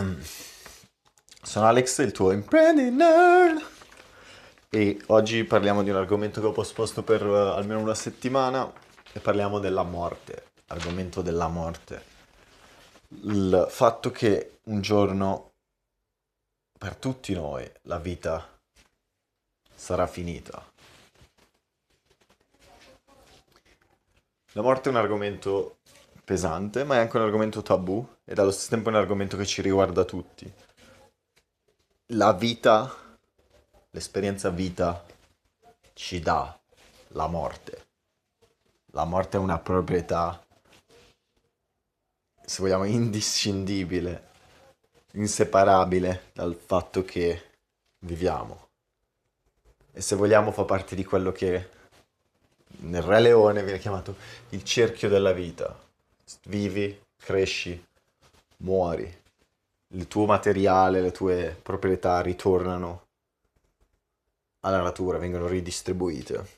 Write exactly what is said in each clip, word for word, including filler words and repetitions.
Sono Alex, il tuo imprendi nerd, e oggi parliamo di un argomento che ho posposto per eh, almeno una settimana e parliamo della morte, argomento della morte. Il fatto che un giorno per tutti noi la vita sarà finita. La morte è un argomento pesante, ma è anche un argomento tabù ed allo stesso tempo è un argomento che ci riguarda tutti. La vita, l'esperienza vita ci dà la morte. La morte è una proprietà, se vogliamo, indiscindibile, inseparabile dal fatto che viviamo. E se vogliamo fa parte di quello che nel Re Leone viene chiamato il cerchio della vita. Vivi, cresci, muori. Il tuo materiale, le tue proprietà ritornano alla natura, vengono ridistribuite.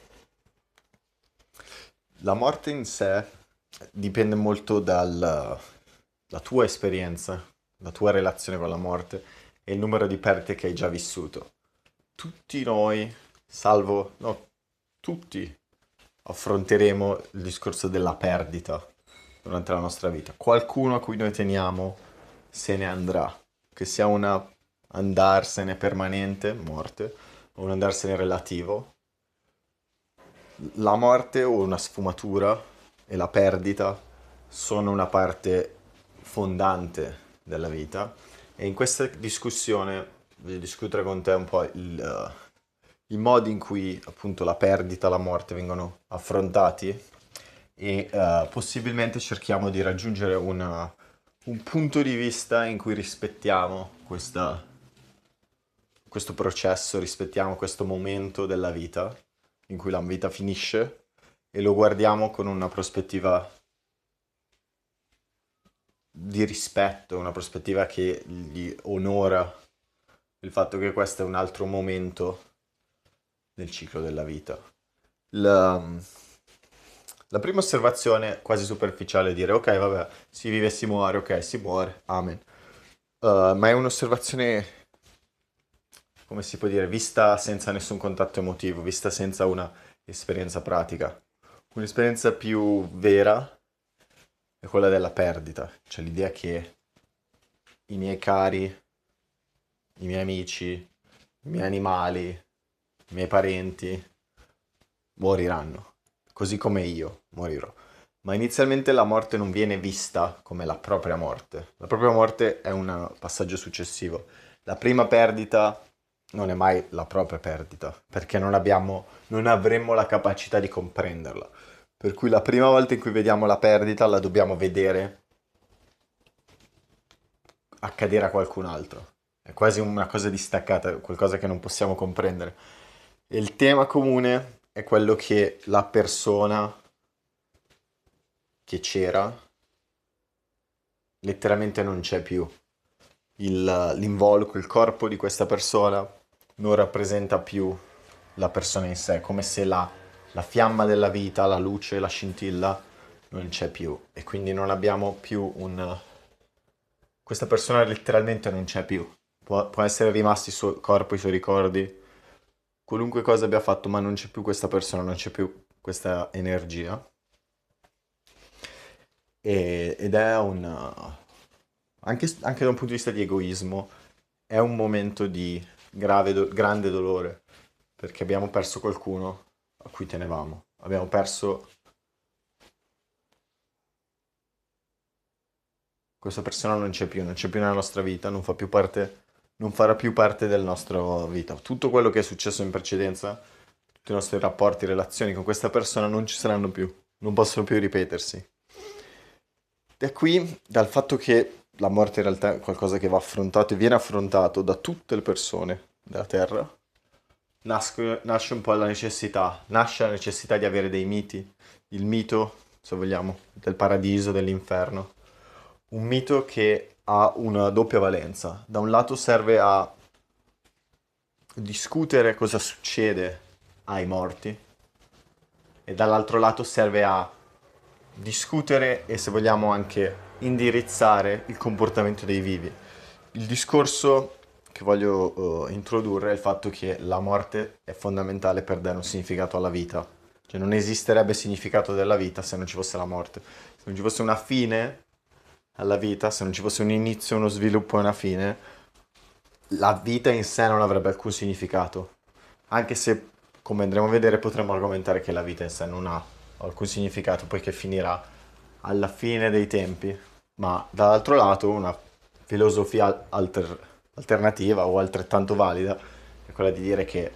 La morte in sé dipende molto dalla tua esperienza, la tua relazione con la morte e il numero di perdite che hai già vissuto. Tutti noi, salvo, no, tutti affronteremo il discorso della perdita durante la nostra vita. Qualcuno a cui noi teniamo se ne andrà, che sia una andarsene permanente, morte, o un andarsene relativo. La morte o una sfumatura e la perdita sono una parte fondante della vita e in questa discussione voglio discutere con te un po' il, eh, i modi in cui appunto la perdita, la morte vengono affrontati e eh, possibilmente cerchiamo di raggiungere una- un punto di vista in cui rispettiamo questa- questo processo, rispettiamo questo momento della vita in cui la vita finisce e lo guardiamo con una prospettiva di rispetto, una prospettiva che gli onora il fatto che questo è un altro momento del ciclo della vita. La, la prima osservazione quasi superficiale è dire ok, vabbè, si vive e si muore, ok, si muore, amen. Uh, ma è un'osservazione, come si può dire, vista senza nessun contatto emotivo, vista senza una esperienza pratica. Un'esperienza più vera è quella della perdita, cioè l'idea che i miei cari, i miei amici, i miei animali, i miei parenti moriranno, così come io morirò. Ma inizialmente la morte non viene vista come la propria morte. La propria morte è un passaggio successivo. La prima perdita non è mai la propria perdita, perché non abbiamo, non avremmo la capacità di comprenderla. Per cui la prima volta in cui vediamo la perdita la dobbiamo vedere accadere a qualcun altro. È quasi una cosa distaccata, qualcosa che non possiamo comprendere. E il tema comune è quello che la persona che c'era letteralmente non c'è più. Il, l'involucro, il corpo di questa persona non rappresenta più la persona in sé, come se la, la fiamma della vita, la luce, la scintilla non c'è più e quindi non abbiamo più un... Questa persona letteralmente non c'è più. Può, può essere rimasti il suo corpo, i suoi ricordi, qualunque cosa abbia fatto, ma non c'è più questa persona, non c'è più questa energia. E- ed è un... Anche, anche da un punto di vista di egoismo, è un momento di grave do- grande dolore, perché abbiamo perso qualcuno a cui tenevamo. Abbiamo perso questa persona, non c'è più, non c'è più nella nostra vita, non fa più parte, non farà più parte della nostra vita. Tutto quello che è successo in precedenza, tutti i nostri rapporti, relazioni con questa persona non ci saranno più, non possono più ripetersi. Da qui, dal fatto che la morte in realtà è qualcosa che va affrontato e viene affrontato da tutte le persone della Terra, nasce, nasce un po' la necessità, nasce la necessità di avere dei miti, il mito, se vogliamo, del paradiso, dell'inferno, un mito che ha una doppia valenza. Da un lato serve a discutere cosa succede ai morti e dall'altro lato serve a discutere e se vogliamo anche indirizzare il comportamento dei vivi. Il discorso che voglio eh, introdurre è il fatto che la morte è fondamentale per dare un significato alla vita. Cioè non esisterebbe significato della vita se non ci fosse la morte. Se non ci fosse una fine alla vita, se non ci fosse un inizio, uno sviluppo e una fine, la vita in sé non avrebbe alcun significato. Anche se, come andremo a vedere, potremmo argomentare che la vita in sé non ha alcun significato, poiché finirà alla fine dei tempi. Ma dall'altro lato, una filosofia alter- alternativa o altrettanto valida è quella di dire che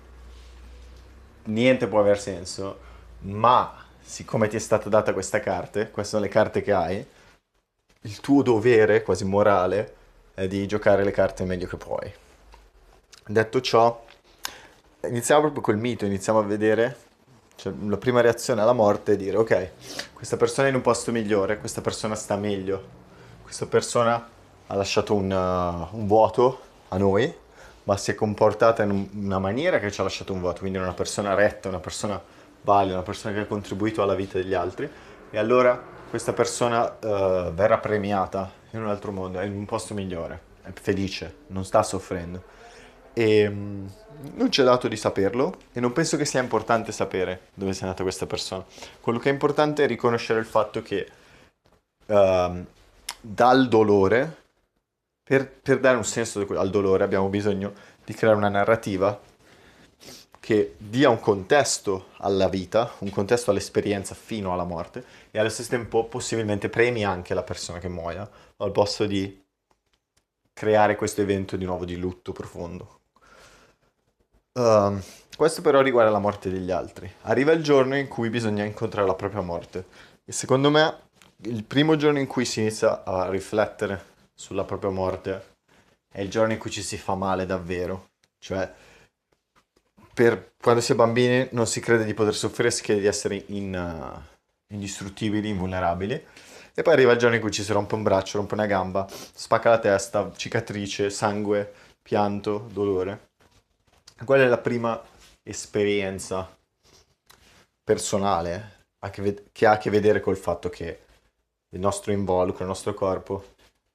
niente può aver senso, ma siccome ti è stata data questa carta, queste sono le carte che hai, il tuo dovere, quasi morale, è di giocare le carte meglio che puoi. Detto ciò, iniziamo proprio col mito, iniziamo a vedere, cioè, la prima reazione alla morte è dire, ok, questa persona è in un posto migliore, questa persona sta meglio, questa persona ha lasciato un, uh, un vuoto a noi, ma si è comportata in un- una maniera che ci ha lasciato un vuoto, quindi è una persona retta, una persona valida, una persona che ha contribuito alla vita degli altri, e allora questa persona uh, verrà premiata in un altro mondo, è in un posto migliore, è felice, non sta soffrendo. E mm, non ci è dato di saperlo e non penso che sia importante sapere dove sia nata questa persona. Quello che è importante è riconoscere il fatto che ehm, dal dolore, per, per dare un senso al dolore, abbiamo bisogno di creare una narrativa che dia un contesto alla vita, un contesto all'esperienza fino alla morte e allo stesso tempo possibilmente premi anche la persona che muoia, al posto di creare questo evento di nuovo di lutto profondo. Ehm, Questo però riguarda la morte degli altri. Arriva il giorno in cui bisogna incontrare la propria morte. E secondo me il primo giorno in cui si inizia a riflettere sulla propria morte è il giorno in cui ci si fa male davvero. Cioè, per quando si è bambini non si crede di poter soffrire, si crede di essere in, uh, indistruttibili, invulnerabili. E poi arriva il giorno in cui ci si rompe un braccio, rompe una gamba, spacca la testa, cicatrice, sangue, pianto, dolore. Qual è la prima esperienza personale a che, ved- che ha a che vedere col fatto che il nostro involucro, il nostro corpo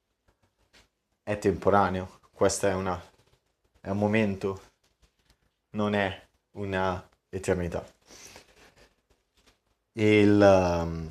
è temporaneo? Questo è una, è un momento, non è una eternità. Il, um,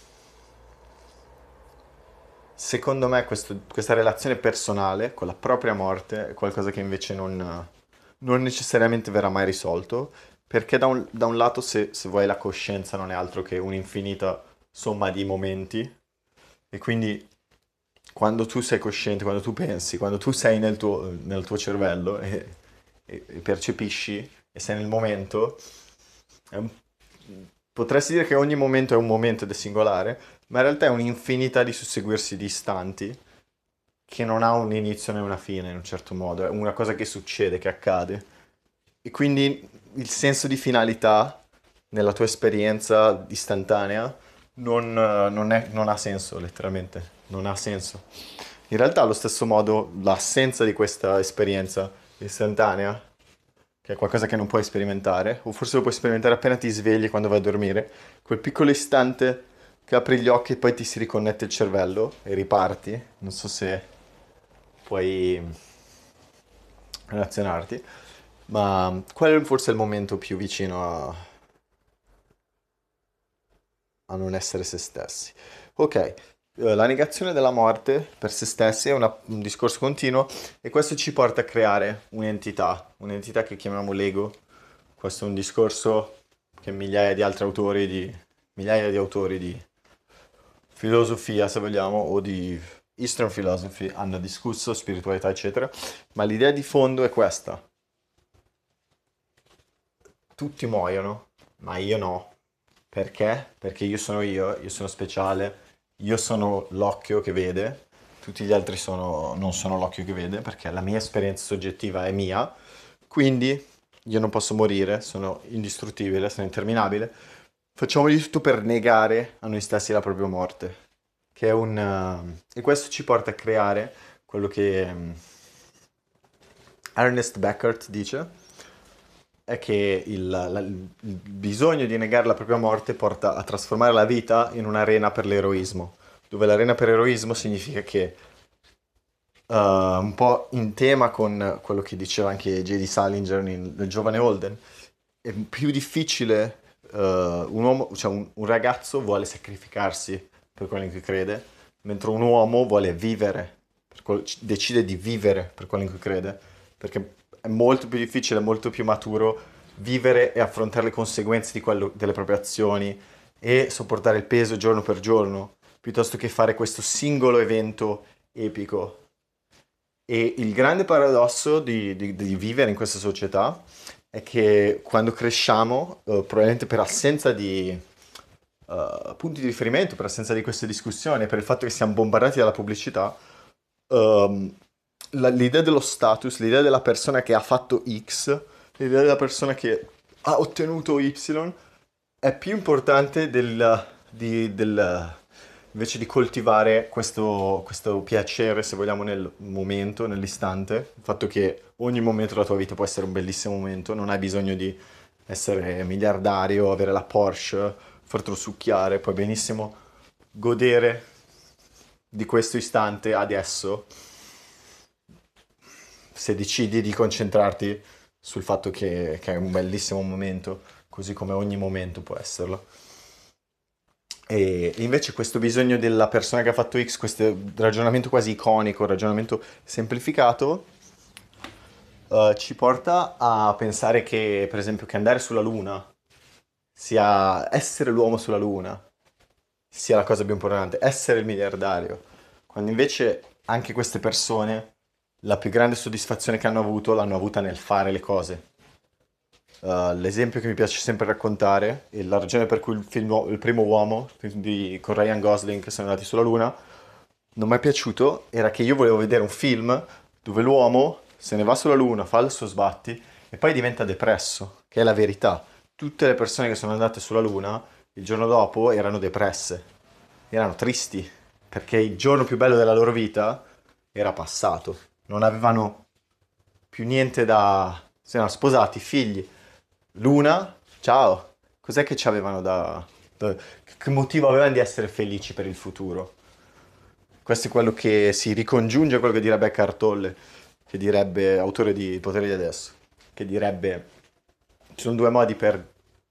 secondo me questo- questa relazione personale con la propria morte è qualcosa che invece non, non necessariamente verrà mai risolto, perché da un, da un lato, se, se vuoi, la coscienza non è altro che un'infinita somma di momenti, e quindi quando tu sei cosciente, quando tu pensi, quando tu sei nel tuo, nel tuo cervello e, e- e percepisci e sei nel momento, è un- potresti dire che ogni momento è un momento ed è singolare, ma in realtà è un'infinità di susseguirsi di istanti che non ha un inizio né una fine in un certo modo, è una cosa che succede, che accade. E quindi il senso di finalità nella tua esperienza istantanea non, eh, non è- non ha senso, letteralmente, non ha senso. In realtà, allo stesso modo, l'assenza di questa esperienza istantanea, che è qualcosa che non puoi sperimentare, o forse lo puoi sperimentare appena ti svegli quando vai a dormire, quel piccolo istante che apri gli occhi e poi ti si riconnette il cervello e riparti, non so se puoi relazionarti, ma qual è forse il momento più vicino a, a non essere se stessi? Ok, eh, la negazione della morte per se stessi è una- un discorso continuo e questo ci porta a creare un'entità, un'entità che chiamiamo l'ego. Questo è un discorso che migliaia di altri autori di, migliaia di autori di filosofia, se vogliamo, o di Eastern philosophy hanno discusso, spiritualità, eccetera, ma l'idea di fondo è questa. Tutti muoiono, ma io no. Perché? Perché io sono io, io sono speciale, io sono l'occhio che vede, tutti gli altri sono- non sono l'occhio che vede, perché la mia esperienza soggettiva è mia, quindi io non posso morire, sono indistruttibile, sono interminabile. Facciamo di tutto per negare a noi stessi la propria morte, che è un... eh, e questo ci porta a creare quello che mm, Ernest Beckert dice, è che il, la- il bisogno di negare la propria morte porta a trasformare la vita in un'arena per l'eroismo, dove l'arena per eroismo significa che eh, un po' in tema con quello che diceva anche J D. Salinger in- nel giovane Holden. È più difficile, eh, un uomo, cioè un, un ragazzo vuole sacrificarsi per quello in cui crede, mentre un uomo vuole vivere, per quel- decide di vivere per quello in cui crede, perché è molto più difficile, molto più maturo vivere e affrontare le conseguenze di quello- delle proprie azioni e sopportare il peso giorno per giorno, piuttosto che fare questo singolo evento epico. E il grande paradosso di, di- di vivere in questa società è che quando cresciamo, eh, probabilmente per assenza di eh, punti di riferimento, per assenza di queste discussioni, per il fatto che siamo bombardati dalla pubblicità, ehm, la- l'idea dello status, l'idea della persona che ha fatto X, l'idea della persona che ha ottenuto Y è più importante del, di- del- invece di coltivare questo, questo piacere, se vogliamo, nel momento, nell'istante. Il fatto che ogni momento della tua vita può essere un bellissimo momento, non hai bisogno di essere miliardario, avere la Porsche, fartelo succhiare, puoi benissimo godere di questo istante adesso se decidi di concentrarti sul fatto che, che è un bellissimo momento, così come ogni momento può esserlo. E e invece questo bisogno della persona che ha fatto X, questo ragionamento quasi iconico, ragionamento semplificato, eh, ci porta a pensare che, per esempio, che andare sulla Luna sia essere l'uomo sulla Luna, sia la cosa più importante, essere il miliardario. Quando invece anche queste persone, la più grande soddisfazione che hanno avuto, l'hanno avuta nel fare le cose. Uh, l'esempio che mi piace sempre raccontare, e la ragione per cui il film Uo- Il primo uomo, di- con Ryan Gosling che sono andati sulla Luna, non mi è piaciuto, era che io volevo vedere un film dove l'uomo se ne va sulla Luna, fa il suo sbatti e poi diventa depresso, che è la verità. Tutte le persone che sono andate sulla Luna il giorno dopo erano depresse, erano tristi, perché il giorno più bello della loro vita era passato. Non avevano più niente da... si erano sposati, figli. Luna, ciao. Cos'è che ci avevano da... da- Che motivo avevano di essere felici per il futuro? Questo è quello che si ricongiunge a quello che direbbe Eckhart Tolle, che direbbe, autore di Il potere di adesso, che direbbe, ci sono due modi per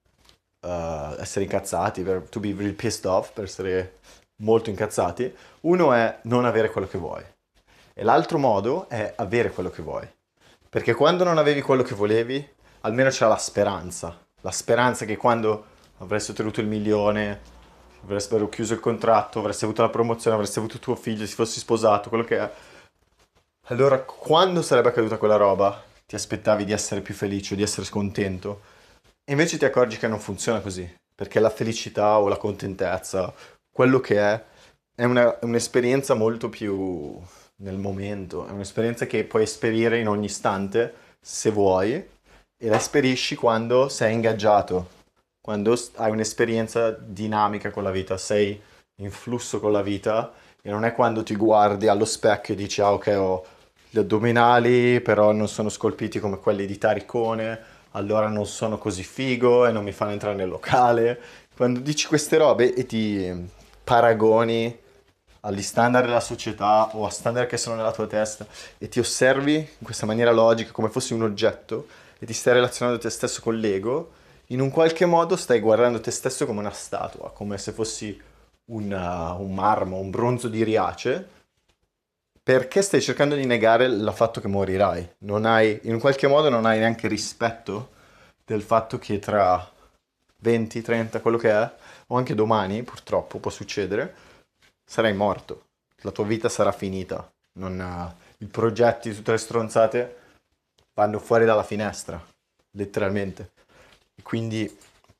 eh, essere incazzati, per to be real pissed off, per essere molto incazzati. Uno è non avere quello che vuoi e l'altro modo è avere quello che vuoi. Perché quando non avevi quello che volevi, almeno c'era la speranza. La speranza che quando avresti ottenuto il milione, avresti chiuso il contratto, avresti avuto la promozione, avresti avuto tuo figlio, si fossi sposato, quello che è. Allora, quando sarebbe accaduta quella roba, ti aspettavi di essere più felice, di essere contento. E invece ti accorgi che non funziona così, perché la felicità o la contentezza, quello che è, è una- è un'esperienza molto più nel momento, è un'esperienza che puoi esperire in ogni istante, se vuoi, e la esperisci quando sei ingaggiato, quando s- hai un'esperienza dinamica con la vita, sei in flusso con la vita, e non è quando ti guardi allo specchio e dici, ah ok, ho gli addominali, però non sono scolpiti come quelli di Taricone, allora non sono così figo e non mi fanno entrare nel locale. Quando dici queste robe e ti paragoni agli standard della società o a standard che sono nella tua testa e ti osservi in questa maniera logica come fossi un oggetto e ti stai relazionando te stesso con l'ego, in un qualche modo stai guardando te stesso come una statua, come se fossi una- un marmo, un bronzo di Riace, perché stai cercando di negare il fatto che morirai. Non hai, in un qualche modo non hai neanche rispetto del fatto che tra venti, trenta, quello che è, o anche domani, purtroppo può succedere, sarai morto. La tua vita sarà finita. Non, eh, I progetti, tutte le stronzate vanno fuori dalla finestra, letteralmente. E quindi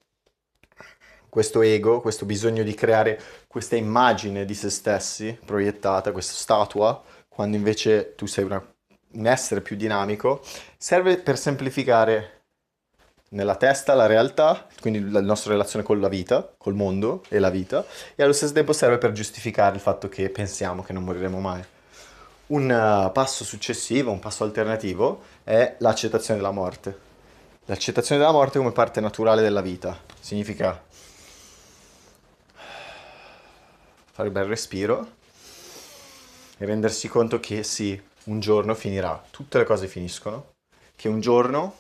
questo ego, questo bisogno di creare questa immagine di se stessi proiettata, questa statua, quando invece tu sei una- un essere più dinamico, serve per semplificare nella testa la realtà, quindi la nostra relazione con la vita, col mondo e la vita, e allo stesso tempo serve per giustificare il fatto che pensiamo che non moriremo mai. Un eh, passo successivo, un passo alternativo, è l'accettazione della morte. L'accettazione della morte come parte naturale della vita. Significa fare un bel respiro e rendersi conto che sì, un giorno finirà, tutte le cose finiscono, che un giorno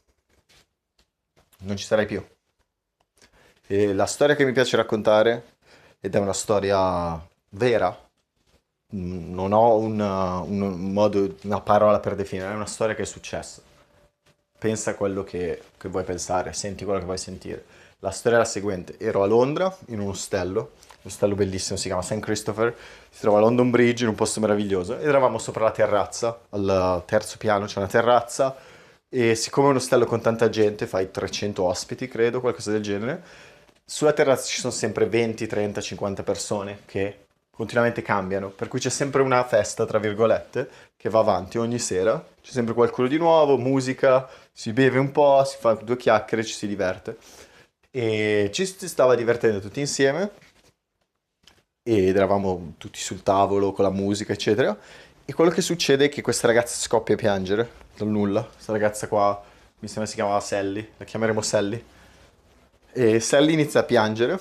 non ci sarai più. E la storia che mi piace raccontare, ed è una storia vera, mm, non ho un, uh, un modo, una parola per definire, è una storia che è successa. Pensa a quello che, che vuoi pensare, senti quello che vuoi sentire. La storia è la seguente: ero a Londra in un ostello, un ostello bellissimo, si chiama Saint Christopher, si trova a London Bridge in un posto meraviglioso, ed eravamo sopra la terrazza, al terzo piano c'è una terrazza, e siccome è un ostello con tanta gente, fai trecento ospiti credo, qualcosa del genere, sulla terrazza ci sono sempre venti, trenta, cinquanta persone che continuamente cambiano, per cui c'è sempre una festa, tra virgolette, che va avanti ogni sera, c'è sempre qualcuno di nuovo, musica, si beve un po', si fa due chiacchiere, ci si diverte. E ci si stava divertendo tutti insieme ed eravamo tutti sul tavolo con la musica, eccetera. E quello che succede è che questa ragazza scoppia a piangere dal nulla. Questa ragazza qua, mi sembra si chiamava Sally, la chiameremo Sally. E Sally inizia a piangere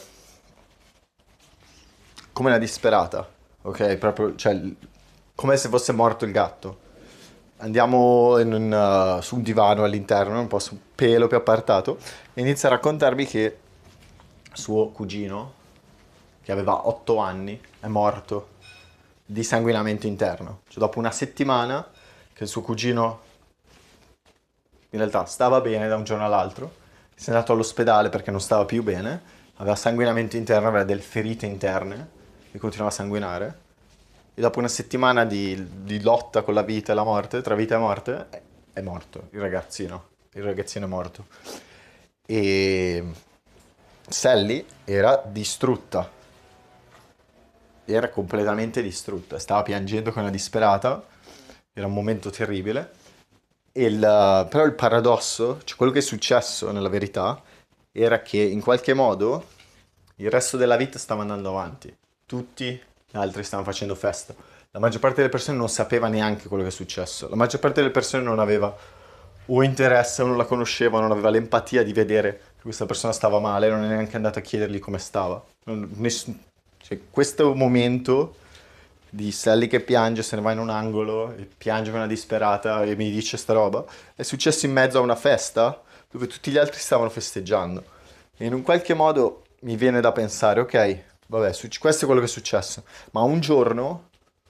come una disperata, ok? Proprio, cioè, come se fosse morto il gatto. Andiamo in un, uh, su un divano all'interno, un po' su un pelo più appartato, e inizia a raccontarmi che suo cugino, che aveva otto anni, è morto di sanguinamento interno. Cioè, dopo una settimana che il suo cugino in realtà stava bene da un giorno all'altro, si è andato all'ospedale perché non stava più bene, aveva sanguinamento interno, aveva delle ferite interne e continuava a sanguinare. E dopo una settimana di, di lotta con la vita e la morte, tra vita e morte, è, è morto il ragazzino. Il ragazzino è morto. E Sally era distrutta, era completamente distrutta, stava piangendo come una disperata, era un momento terribile. E il- però il paradosso, cioè quello che è successo nella verità, era che in qualche modo il resto della vita stava andando avanti. Tutti gli altri stavano facendo festa. La maggior parte delle persone non sapeva neanche quello che è successo. La maggior parte delle persone non aveva o interesse o non la conosceva, non aveva l'empatia di vedere che questa persona stava male, non è neanche andato a chiedergli come stava. Non- ness- cioè, questo momento di Sally che piange, se ne va in un angolo e piange come una disperata e mi dice sta roba, è successo in mezzo a una festa dove tutti gli altri stavano festeggiando. E in un qualche modo mi viene da pensare, ok, vabbè, su- questo è quello che è successo, ma un giorno,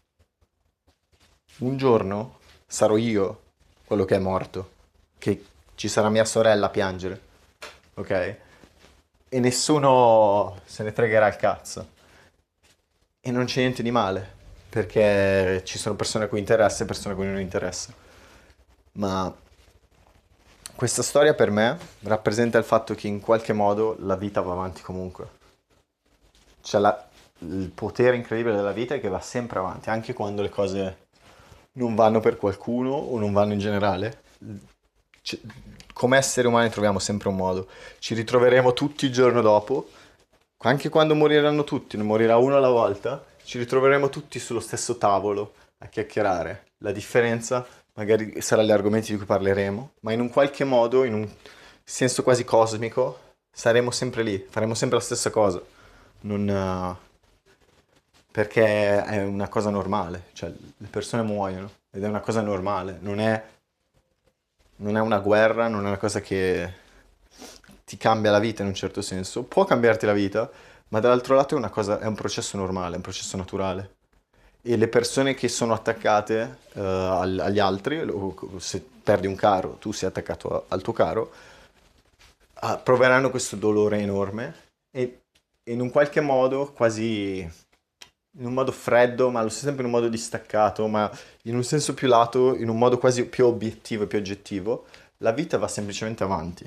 un giorno sarò io quello che è morto, che ci sarà mia sorella a piangere, ok? E nessuno se ne fregherà il cazzo. E non c'è niente di male, perché ci sono persone a cui interessa e persone a cui non interessa. Ma questa storia per me rappresenta il fatto che in qualche modo la vita va avanti comunque. C'è la- il potere incredibile della vita è che va sempre avanti, anche quando le cose non vanno per qualcuno o non vanno in generale. C- Come esseri umani troviamo sempre un modo. Ci ritroveremo tutti il giorno dopo, anche quando moriranno tutti, ne morirà uno alla volta, ci ritroveremo tutti sullo stesso tavolo a chiacchierare. La differenza magari sarà gli argomenti di cui parleremo, ma in un qualche modo, in un senso quasi cosmico, saremo sempre lì, faremo sempre la stessa cosa. Non, eh, perché è una cosa normale, cioè le persone muoiono ed è una cosa normale, non è, non è una guerra, non è una cosa che ti cambia la vita in un certo senso. Può cambiarti la vita, ma dall'altro lato è una cosa, è un processo normale, è un processo naturale. E le persone che sono attaccate eh, al- agli altri, o se perdi un caro, tu sei attaccato a- al tuo caro, ah, proveranno questo dolore enorme e e in un qualche modo, quasi in un modo freddo, ma allo stesso tempo in un modo distaccato, ma in un senso più lato, in un modo quasi più obiettivo e più oggettivo, la vita va semplicemente avanti.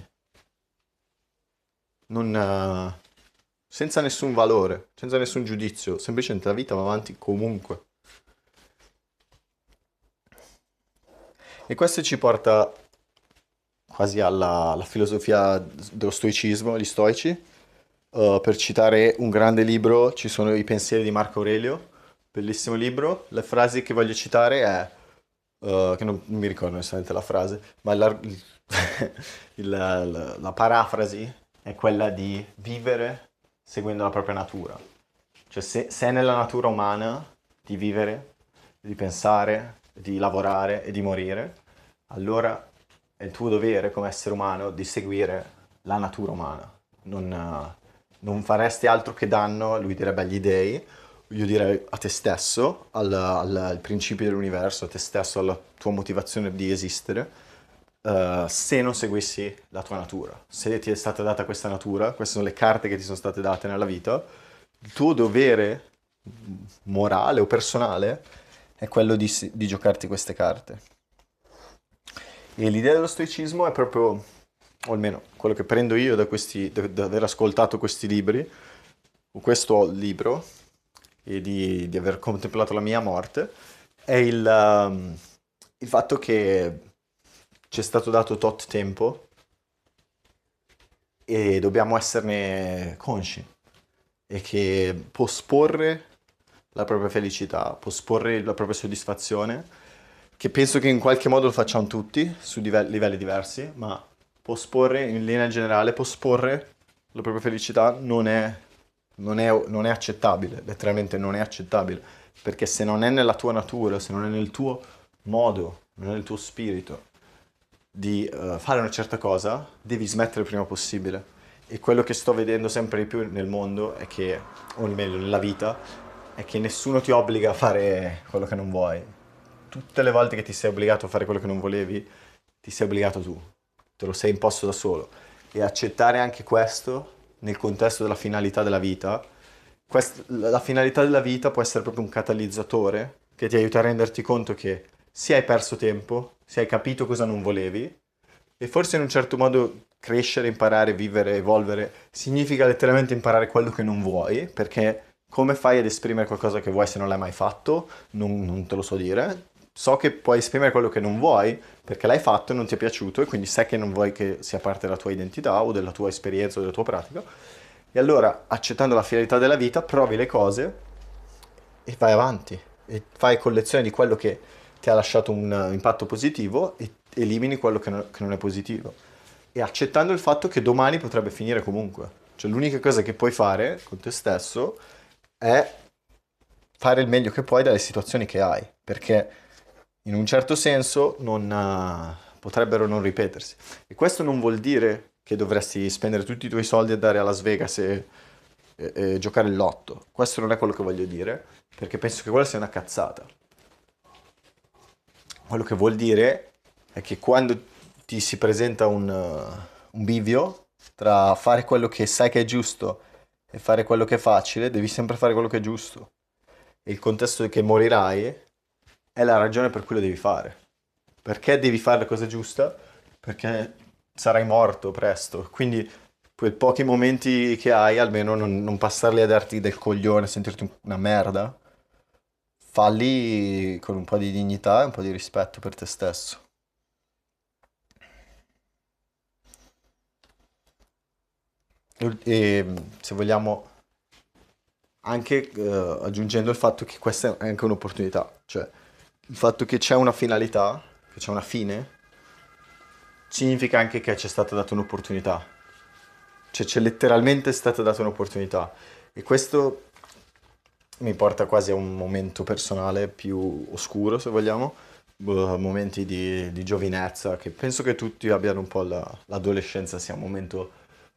Non, eh, senza nessun valore, senza nessun giudizio, semplicemente la vita va avanti comunque. E questo ci porta quasi alla, alla filosofia dello stoicismo, gli stoici. Uh, per citare un grande libro, ci sono i pensieri di Marco Aurelio, bellissimo libro. Le frasi che voglio citare è, uh, che non, non mi ricordo onestamente la frase, ma la, il- il- la, la parafrasi è quella di vivere seguendo la propria natura. Cioè se, se è nella natura umana di vivere, di pensare, di lavorare e di morire, allora è il tuo dovere come essere umano di seguire la natura umana. Non, eh, non faresti altro che danno, lui direbbe agli dei, io direi a te stesso, al, al- al principio dell'universo, a te stesso, alla tua motivazione di esistere, eh, se non seguissi la tua natura. Se ti è stata data questa natura, queste sono le carte che ti sono state date nella vita, il tuo dovere morale o personale è quello di, si- di giocarti queste carte. E l'idea dello stoicismo è proprio, o almeno quello che prendo io da, questi, da, da aver ascoltato questi libri, o questo libro, e di, di aver contemplato la mia morte, è il, um, il fatto che ci è stato dato tot tempo e dobbiamo esserne consci e che posporre la propria felicità, posporre la propria soddisfazione, che penso che in qualche modo lo facciamo tutti su dive- livelli diversi, ma posporre in linea generale, posporre la propria felicità non è, non è, non è accettabile, letteralmente non è accettabile, perché se non è nella tua natura, se non è nel tuo modo, non è nel tuo spirito di eh, fare una certa cosa, devi smettere il prima possibile. E quello che sto vedendo sempre di più nel mondo è che, o meglio nella vita, è che nessuno ti obbliga a fare quello che non vuoi. Tutte le volte che ti sei obbligato a fare quello che non volevi, ti sei obbligato tu, te lo sei imposto da solo. E accettare anche questo nel contesto della finalità della vita, quest- la finalità della vita può essere proprio un catalizzatore che ti aiuta a renderti conto che se hai perso tempo, se hai capito cosa non volevi, e forse in un certo modo crescere, imparare, vivere, evolvere, significa letteralmente imparare quello che non vuoi, perché come fai ad esprimere qualcosa che vuoi se non l'hai mai fatto? Non, non te lo so dire. So che puoi esprimere quello che non vuoi perché l'hai fatto e non ti è piaciuto e quindi sai che non vuoi che sia parte della tua identità o della tua esperienza o della tua pratica. E allora, accettando la finalità della vita, provi le cose e vai avanti e fai collezione di quello che ti ha lasciato un eh, impatto positivo e elimini quello che non, che non è positivo. E accettando il fatto che domani potrebbe finire comunque. Cioè l'unica cosa che puoi fare con te stesso è fare il meglio che puoi dalle situazioni che hai, perché in un certo senso non, eh, potrebbero non ripetersi. E questo non vuol dire che dovresti spendere tutti i tuoi soldi e andare a Las Vegas e, e- e giocare il lotto. Questo non è quello che voglio dire, perché penso che quella sia una cazzata. Quello che vuol dire è che quando ti si presenta un, uh, un bivio tra fare quello che sai che è giusto e fare quello che è facile, devi sempre fare quello che è giusto. E il contesto è che morirai è la ragione per cui lo devi fare. Perché devi fare la cosa giusta? Perché sarai morto presto. Quindi quei pochi momenti che hai, almeno non, non passarli a darti del coglione, sentirti una merda. Falli con un po' di dignità e un po' di rispetto per te stesso. E, e, se vogliamo, anche eh, aggiungendo il fatto che questa è anche un'opportunità, cioè il fatto che c'è una finalità, che c'è una fine, significa anche che ci è stata data un'opportunità. Cioè c'è letteralmente stata data un'opportunità. E questo mi porta quasi a un momento personale più oscuro, se vogliamo, eh, momenti di, di giovinezza, che penso che tutti abbiano un po' la- l'adolescenza, sia un momento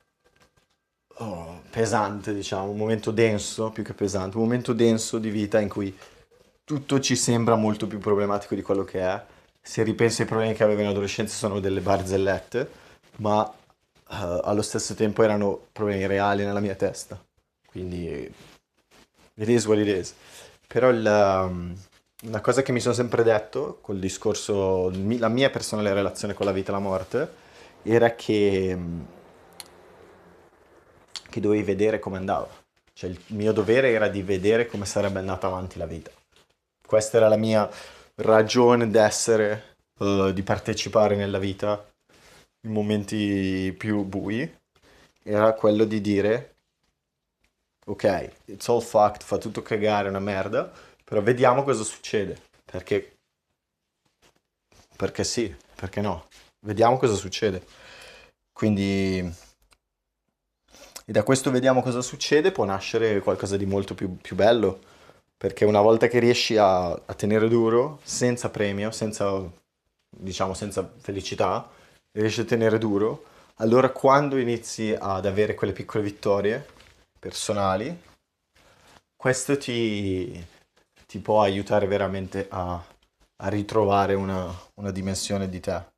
oh, pesante, diciamo, un momento denso, più che pesante, un momento denso di vita in cui tutto ci sembra molto più problematico di quello che è. Se ripenso ai problemi che avevo in adolescenza sono delle barzellette, ma eh, allo stesso tempo erano problemi reali nella mia testa. Quindi it is what it is. Però il, um, una cosa che mi sono sempre detto col discorso, mi- la mia personale relazione con la vita e la morte, era che, mm, che dovevi vedere come andava. Cioè il mio dovere era di vedere come sarebbe andata avanti la vita. Questa era la mia ragione d'essere, eh, di partecipare nella vita in momenti più bui, era quello di dire, ok, it's all fucked, fa tutto cagare, è una merda, però vediamo cosa succede, perché, perché sì, perché no, vediamo cosa succede. Quindi, e da questo vediamo cosa succede può nascere qualcosa di molto più, più bello, perché una volta che riesci a, a tenere duro, senza premio, senza, diciamo, senza felicità, riesci a tenere duro, allora quando inizi ad avere quelle piccole vittorie personali, questo ti, ti può aiutare veramente a, a ritrovare una, una dimensione di te.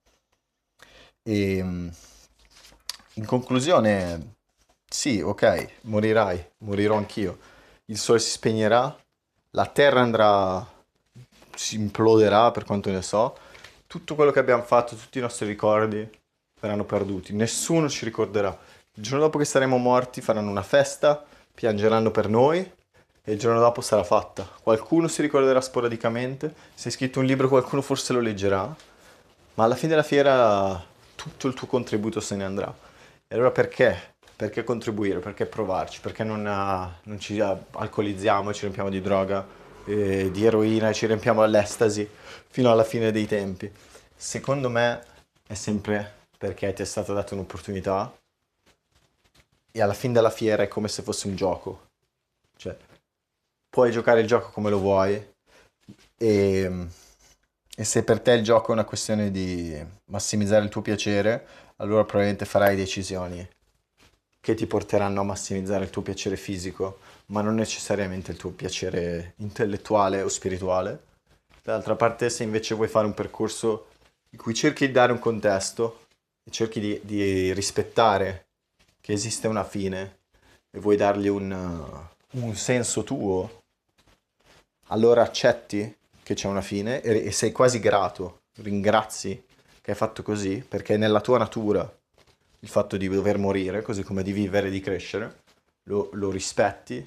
E mm, in conclusione, sì, ok, morirai, morirò anch'io. Il sole si spegnerà, la terra andrà, si imploderà per quanto ne so. Tutto quello che abbiamo fatto, tutti i nostri ricordi verranno perduti. Nessuno ci ricorderà. Il giorno dopo che saremo morti faranno una festa, piangeranno per noi e il giorno dopo sarà fatta. Qualcuno si ricorderà sporadicamente. Se hai scritto un libro qualcuno forse lo leggerà, ma alla fine della fiera tutto il tuo contributo se ne andrà. E allora perché? Perché contribuire? Perché provarci? Perché non, ah, non ci ah, alcolizziamo e ci riempiamo di droga, eh, di eroina e ci riempiamo all'estasi fino alla fine dei tempi? Secondo me è sempre perché ti è stata data un'opportunità e alla fine della fiera è come se fosse un gioco. Cioè, puoi giocare il gioco come lo vuoi e, e se per te il gioco è una questione di massimizzare il tuo piacere, allora probabilmente farai decisioni che ti porteranno a massimizzare il tuo piacere fisico, ma non necessariamente il tuo piacere intellettuale o spirituale. Dall'altra parte, se invece vuoi fare un percorso in cui cerchi di dare un contesto e cerchi di, di rispettare che esiste una fine e vuoi dargli un, uh, un senso tuo, allora accetti che c'è una fine e, e sei quasi grato, ringrazi che hai fatto così, perché è nella tua natura il fatto di dover morire, così come di vivere e di crescere, lo, lo rispetti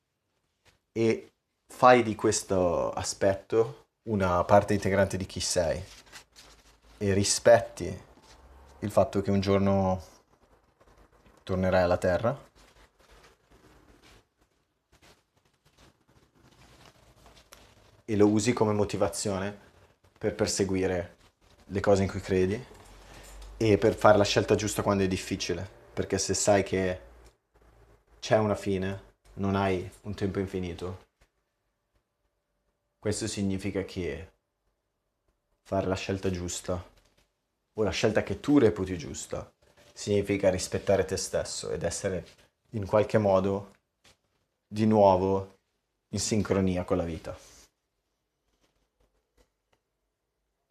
e fai di questo aspetto una parte integrante di chi sei e rispetti il fatto che un giorno tornerai alla Terra e lo usi come motivazione per perseguire le cose in cui credi e per fare la scelta giusta quando è difficile, perché se sai che c'è una fine, non hai un tempo infinito, questo significa che fare la scelta giusta o la scelta che tu reputi giusta significa rispettare te stesso ed essere in qualche modo di nuovo in sincronia con la vita.